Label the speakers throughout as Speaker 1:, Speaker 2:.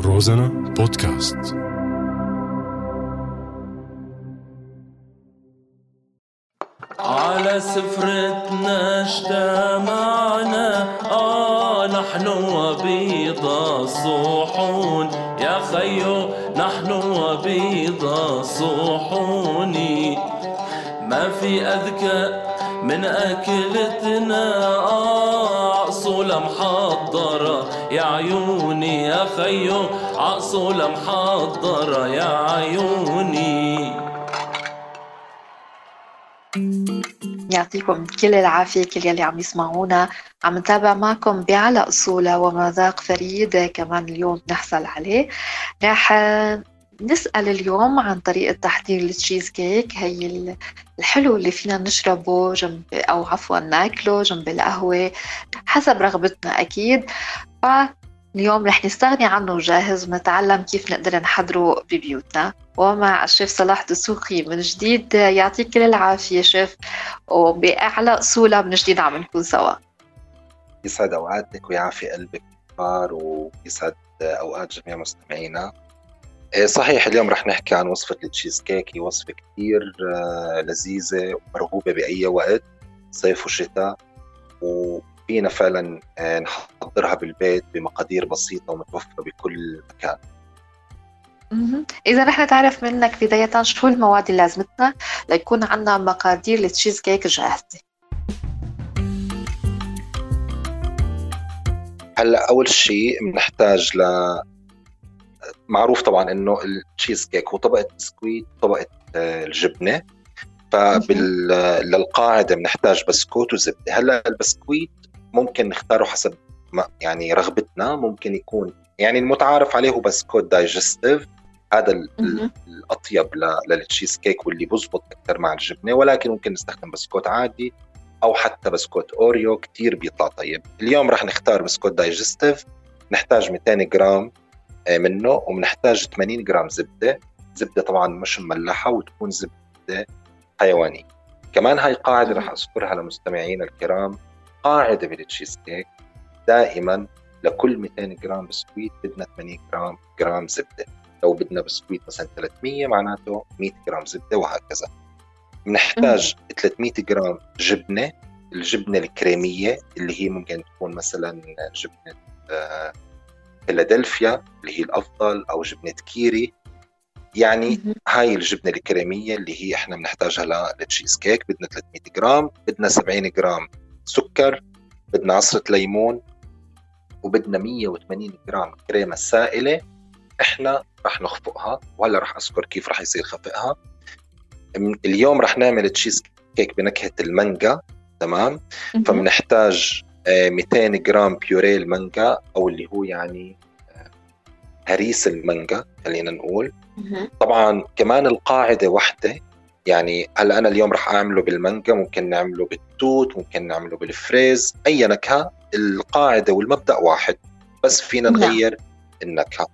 Speaker 1: روزانا بودكاست.
Speaker 2: على سفرتنا اجتمعنا نحن وبيض الصحون يا خيو، نحن وبيض الصحون. ما في أذكى من أكلتنا عقصولة محضرة يا عيوني يا خيو، عقصولة محضرة يا عيوني.
Speaker 3: يعطيكم كل العافية كل يلي عم يسمعونا. عم نتابع معكم بعلى أصولة ومذاق فريد كمان اليوم نحصل عليه. رح نسأل اليوم عن طريقة تحضير التشيز كيك، هي الحلو اللي فينا نشربه جنب أو عفوا ناكله جنب القهوة حسب رغبتنا أكيد. اليوم رح نستغني عنه جاهز ونتعلم كيف نقدر نحضره ببيوتنا، ومع الشيف صلاح دسوقي من جديد. يعطيك كل العافية شيف، وبأعلى أصولة من جديد عم نكون سوا.
Speaker 4: يسعد أوقاتك ويعافي قلبك كبار، ويسعد أوقات جميع مستمعينا. صحيح اليوم رح نحكي عن وصفة التشيز كيك. هي وصفة كتير لذيذة ومرغوبة بأي وقت، صيف وشتاء، وفينا فعلا نحضرها بالبيت بمقادير بسيطة ومتوفرة بكل مكان.
Speaker 3: إذا رح نتعرف منك بداية شو المواد اللي لازمتنا ليكون عنا مقادير التشيز كيك جاهزة.
Speaker 4: هلأ أول شيء بنحتاج معروف طبعا إنه التشيز كيك هو طبقة بسكويت طبقة الجبنة. للقاعدة بنحتاج بسكوت وزبدة. هلأ البسكويت ممكن نختاره حسب يعني رغبتنا، ممكن يكون يعني المتعارف عليه هو بسكوت دايجستيف، هذا الأطيب للتشيز كيك واللي بزبط أكثر مع الجبنة، ولكن ممكن نستخدم بسكوت عادي أو حتى بسكوت أوريو كتير بيطلع طيب. اليوم رح نختار بسكوت دايجستيف. نحتاج 200 جرام منه، ومنحتاج 80 جرام زبدة طبعا مش مملحة وتكون زبدة حيواني. كمان هاي قاعدة رح أذكرها لمستمعين الكرام، قاعدة بالتشيز كيك دائما لكل 200 جرام بسكويت بدنا 80 جرام زبدة. لو بدنا بسكويت مثلا 300 معناته 100 جرام زبدة وهكذا. بنحتاج 300 جرام جبنة، الجبنة الكريمية اللي هي ممكن تكون مثلا جبنة فيلادلفيا اللي هي الأفضل، أو جبنة كيري يعني. هاي الجبنة الكريمية اللي هي احنا بنحتاجها للتشيز كيك. بدنا 300 جرام، بدنا 70 جرام سكر، بدنا عصرة ليمون، وبدنا 180 جرام كريمة سائلة. احنا رح نخفقها، وهلا رح أذكر كيف رح يصير خفقها. اليوم رح نعمل تشيز كيك بنكهة المانجا، تمام؟ فبنحتاج 200 جرام بيوريه المانجا، أو اللي هو يعني هريس المانجا خلينا نقول. طبعا كمان القاعدة واحدة، يعني هلا أنا اليوم رح أعمله بالمانجا، ممكن نعمله بالتوت، ممكن نعمله بالفريز، أي نكهة. القاعدة والمبدأ واحد، بس فينا نغير النكهة.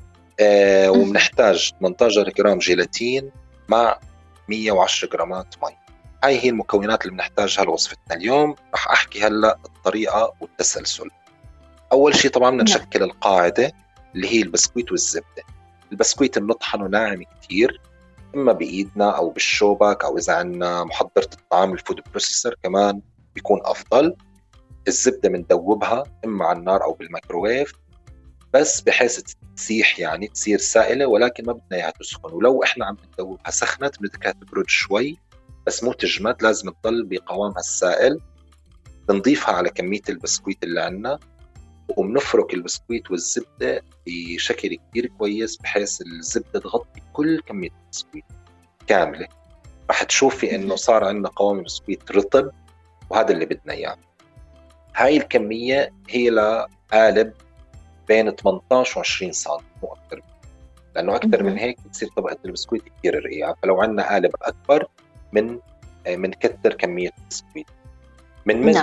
Speaker 4: ومنحتاج 18 جرام جيلاتين مع 110 جرامات مي. هاي هي المكونات اللي بنحتاجها لوصفتنا اليوم. رح أحكي هلأ الطريقة والتسلسل. أول شيء طبعا بدنا نشكل القاعدة اللي هي البسكويت والزبدة. البسكويت بنطحنه ناعم كتير، إما بإيدنا أو بالشوبك، أو إذا عنا محضرة الطعام الفود بروسيسور كمان بيكون أفضل. الزبدة بندوبها إما على النار أو بالميكروويف، بس بحيث تسيح يعني تصير سائلة، ولكن ما بدنا إياها تسخن. ولو إحنا عم ندوبها سخنت بدها تبرد شوي، بس مو تجمد، لازم تضل بقوامها السائل. بنضيفها على كمية البسكويت اللي عنا، وبنفرك البسكويت والزبدة بشكل كتير كويس بحيث الزبدة تغطي كل كمية البسكويت كاملة. رح تشوفي إنه صار عندنا قوام البسكويت رطب، وهذا اللي بدنا إياه. هاي الكمية هي لقالب بين 18 و 20 سم، مو أكثر، لأنه أكثر من هيك بتصير طبقة البسكويت كتير رقيقة. فلو عندنا قالب أكبر من كتر كمية البسكويت. من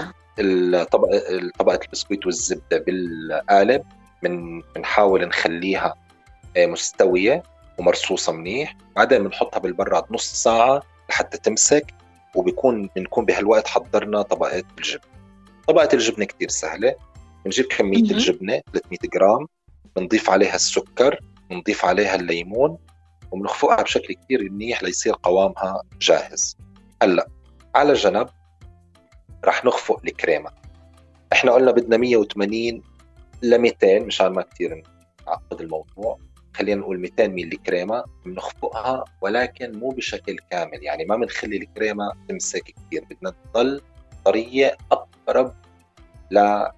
Speaker 4: طبقة البسكويت والزبدة بالقالب بنحاول نخليها مستوية ومرصوصة منيح. بعدين بنحطها بالبراد نص ساعة لحتى تمسك، وبنكون بهالوقت حضرنا طبقة الجبنة. طبقة الجبنة كتير سهلة. بنجيب كمية الجبنة 300 جرام، بنضيف عليها السكر، بنضيف عليها الليمون، وبنخفقها بشكل كتير منيح ليصير قوامها جاهز. هلأ على جنب رح نخفق الكريمة. احنا قلنا بدنا 180 ل 200 مشان ما كتير نعقد الموضوع، خلينا نقول 200 ميلي كريمة بنخفقها، ولكن مو بشكل كامل، يعني ما بنخلي الكريمة تمسك كتير، بدنا تضل طرية أقرب ل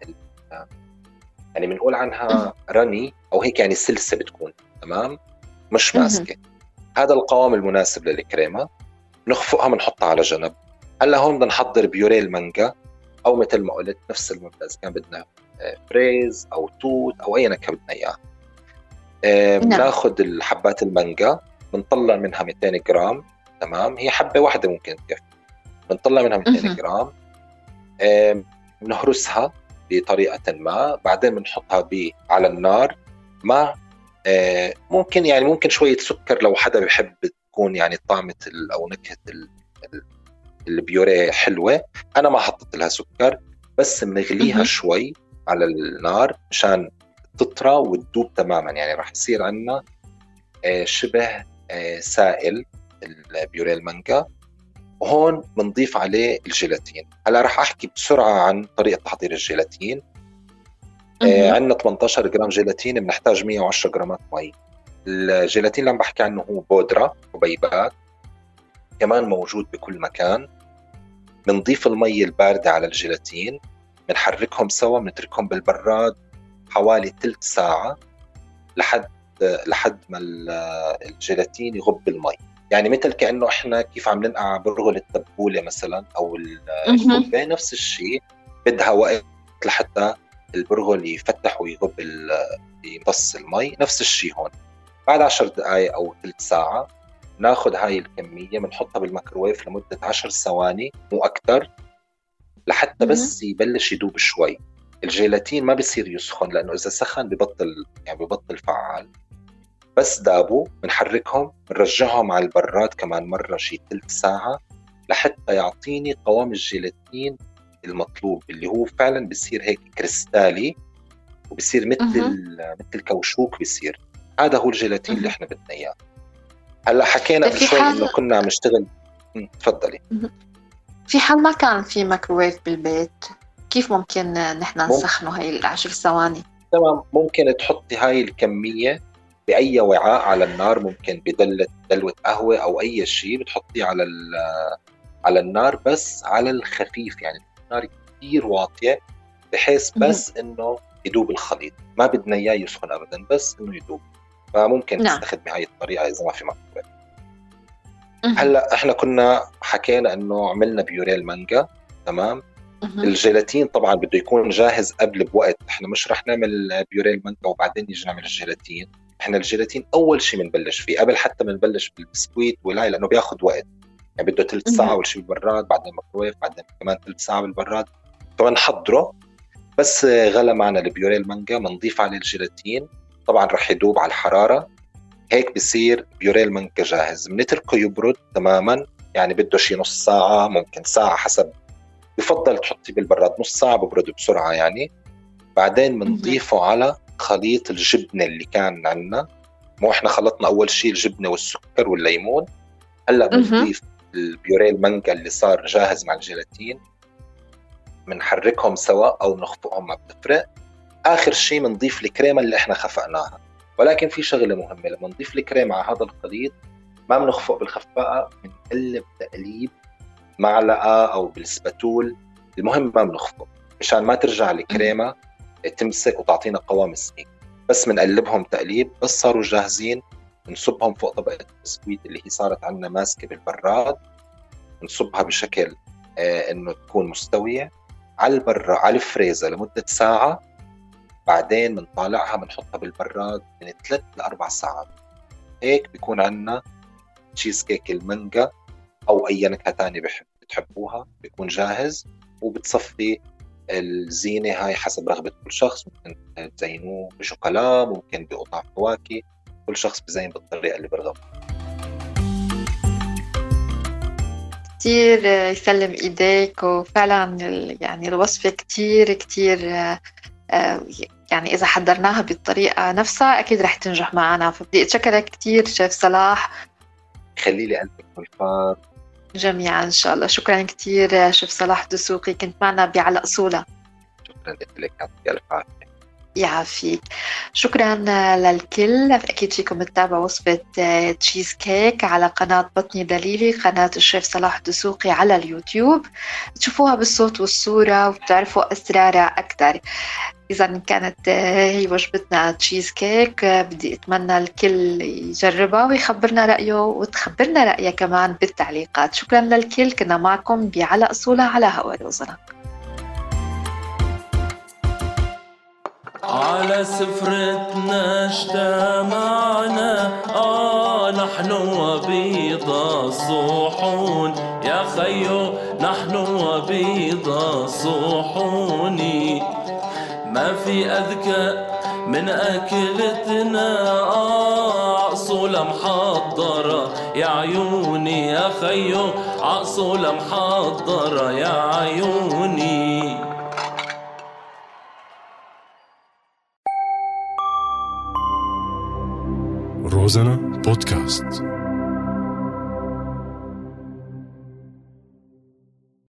Speaker 4: يعني بنقول عنها رني أو هيك، يعني سلسة بتكون تمام مش ماسكة. هذا القوام المناسب للكريمة. نخفقها بنحطها على جنب. هلا هون بدنا نحضر بيوريه المانجا، أو مثل ما قلت نفس الممتاز كان بدنا فريز أو توت أو أي نكهة بدنا إياها. بناخد الحبات المانجا بنطلع منها 200 جرام، تمام، هي حبة واحدة ممكن تكفي. بنطلع منها 200 جرام، بنهرسها بطريقة ما، بعدين بنحطها على النار مع ممكن شوية سكر لو حدا بيحب تكون يعني طعمة أو نكهة البيوريه حلوة. أنا ما حطيت لها سكر، بس بنغليها شوي على النار مشان تطرى وتدوب تماما، يعني راح يصير عنا شبه سائل البيوريه المانجا. وهون بنضيف عليه الجيلاتين. هلا راح أحكي بسرعة عن طريقة تحضير الجيلاتين. عندنا 18 جرام جيلاتين، بنحتاج 110 جرامات مي. الجيلاتين اللي عم بحكي عنه هو بودرة حبيبات، كمان موجود بكل مكان. بنضيف المي الباردة على الجيلاتين، بنحركهم سوا، بنتركهم بالبراد حوالي 3 ساعة لحد ما الجيلاتين يغب المي. يعني مثل كأنه إحنا كيف عم ننقع برغل التبولة مثلا أو الكوباية، نفس الشيء، بدها وقت لحتى البرغل يفتح ويغب يمتص المي. نفس الشيء هون، بعد 10 دقائق أو 3 ساعة ناخد هاي الكمية بنحطها بالميكروويف لمدة 10 ثواني مو أكتر، لحتى بس يبلش يدوب شوي. الجيلاتين ما بيصير يسخن، لأنه إذا سخن ببطل فعال. بس دابوا بنحركهم، بنرجعهم على البراد كمان مرة شي 3 ساعة لحتى يعطيني قوام الجيلاتين المطلوب، اللي هو فعلا بيصير هيك كريستالي وبيصير مثل كوشوك بيصير. هذا هو الجيلاتين اللي احنا بدنا اياه. هلا حكينا قبل شوي انه كنا عم نشتغل. تفضلي.
Speaker 3: في حال ما كان في ميكروويف بالبيت، كيف ممكن نحن نسخنه هاي 10 ثواني؟
Speaker 4: تمام، ممكن تحطي هاي الكمية بأي وعاء على النار، ممكن بدلوة قهوة أو أي شيء، بتحطيه على النار بس على الخفيف، يعني النار كتير واطية بحيث بس إنه يدوب الخليط، ما بدنا إياه يسخن أبدا، بس إنه يدوب. فممكن تستخدمي هاي الطريقة إذا ما في مكروه. هلا إحنا كنا حكينا إنه عملنا بيوريه المانجا، تمام. الجيلاتين طبعا بده يكون جاهز قبل بوقت، إحنا مش رح نعمل بيوريه المانجا وبعدين نيجي نعمل الجيلاتين. إحنا الجيلاتين أول شيء بنبلش فيه قبل حتى ما نبلش بالبسكويت ولا، لأنه بياخد وقت، يعني بده 3 ساعة أول شيء بالبراد، بعدين ميكروويف، بعدين كمان 3 ساعة بالبراد، كمان نحضره. بس غلى معنا البيوريه المانجا بنضيف عليه الجيلاتين، طبعا رح يدوب على الحرارة، هيك بصير بيوريه المانجا جاهز. بنتركه يبرد تماما، يعني بده شي نص ساعة ممكن ساعة، حسب، يفضل تحطي بالبراد نص ساعة ببرد بسرعة يعني. بعدين بنضيفه على خليط الجبنة اللي كان عنا، مو احنا خلطنا أول شيء الجبنة والسكر والليمون، هلأ بنضيف البيوريه المانجا اللي صار جاهز مع الجيلاتين، بنحركهم سوا أو نخفقهم ما بتفرق. آخر شيء بنضيف الكريمة اللي احنا خفقناها. ولكن في شغلة مهمة، لما نضيف الكريمة على هذا الخليط ما بنخفق بالخفاقة، بنقلب تقليب معلقة أو بالسباتول، المهم ما بنخفق مشان ما ترجع الكريمة تمسك وتعطينا قوام سميك. بس بنقلبهم تقليب، بس صاروا جاهزين بنصبهم فوق طبقة البسكويت اللي هي صارت عنا ماسكة بالبراد، بنصبها بشكل إنه تكون مستوية على الفريزر لمدة ساعة. بعدين بنطالعها بنحطها بالبراد من 3 ل 4 ساعات. هيك بيكون عنا تشيز كيك المانجا أو أي نكهة تانية بتحبوها، بيكون جاهز. وبتصفي الزينة هاي حسب رغبة كل شخص، ممكن تزينوه بشوكولا، ممكن بقطع فواكه، كل شخص بزين بالطريقة اللي برغبها.
Speaker 3: كتير يسلم إيديك، وفعلا يعني الوصفة كتير كتير يعني إذا حضرناها بالطريقة نفسها أكيد رح تنجح معنا. فبدي أتشكرك كتير شيف صلاح.
Speaker 4: خلي لي قلبك والفار
Speaker 3: جميعا إن شاء الله. شكرا كتير شيف صلاح دسوقي، كنت معنا بعلى أصولها.
Speaker 4: شكرا لك، يعطيك ألف عافية.
Speaker 3: يعافيك. شكرا للكل. أكيد فيكم تتابعوا وصفة تشيز كيك على قناة بطني دليلي، قناة الشيف صلاح دسوقي على اليوتيوب، تشوفوها بالصوت والصورة وبتعرفوا أسرارها أكثر. إذا كانت هي وجبتنا تشيز كيك، بدي أتمنى الكل يجربها ويخبرنا رأيه، وتخبرنا رأيه كمان بالتعليقات. شكرا للكل، كنا معكم بعلى أصولها على هوا الوزنة.
Speaker 2: على سفرتنا اجتمعنا نحن وبيض الصحون، يا خيو نحن وبيض الصحون. ما في أذكى من أكلتنا عقصولة محضرة يا عيوني، يا خيو عقصولة محضرة يا عيوني.
Speaker 1: روزانا بودكاست.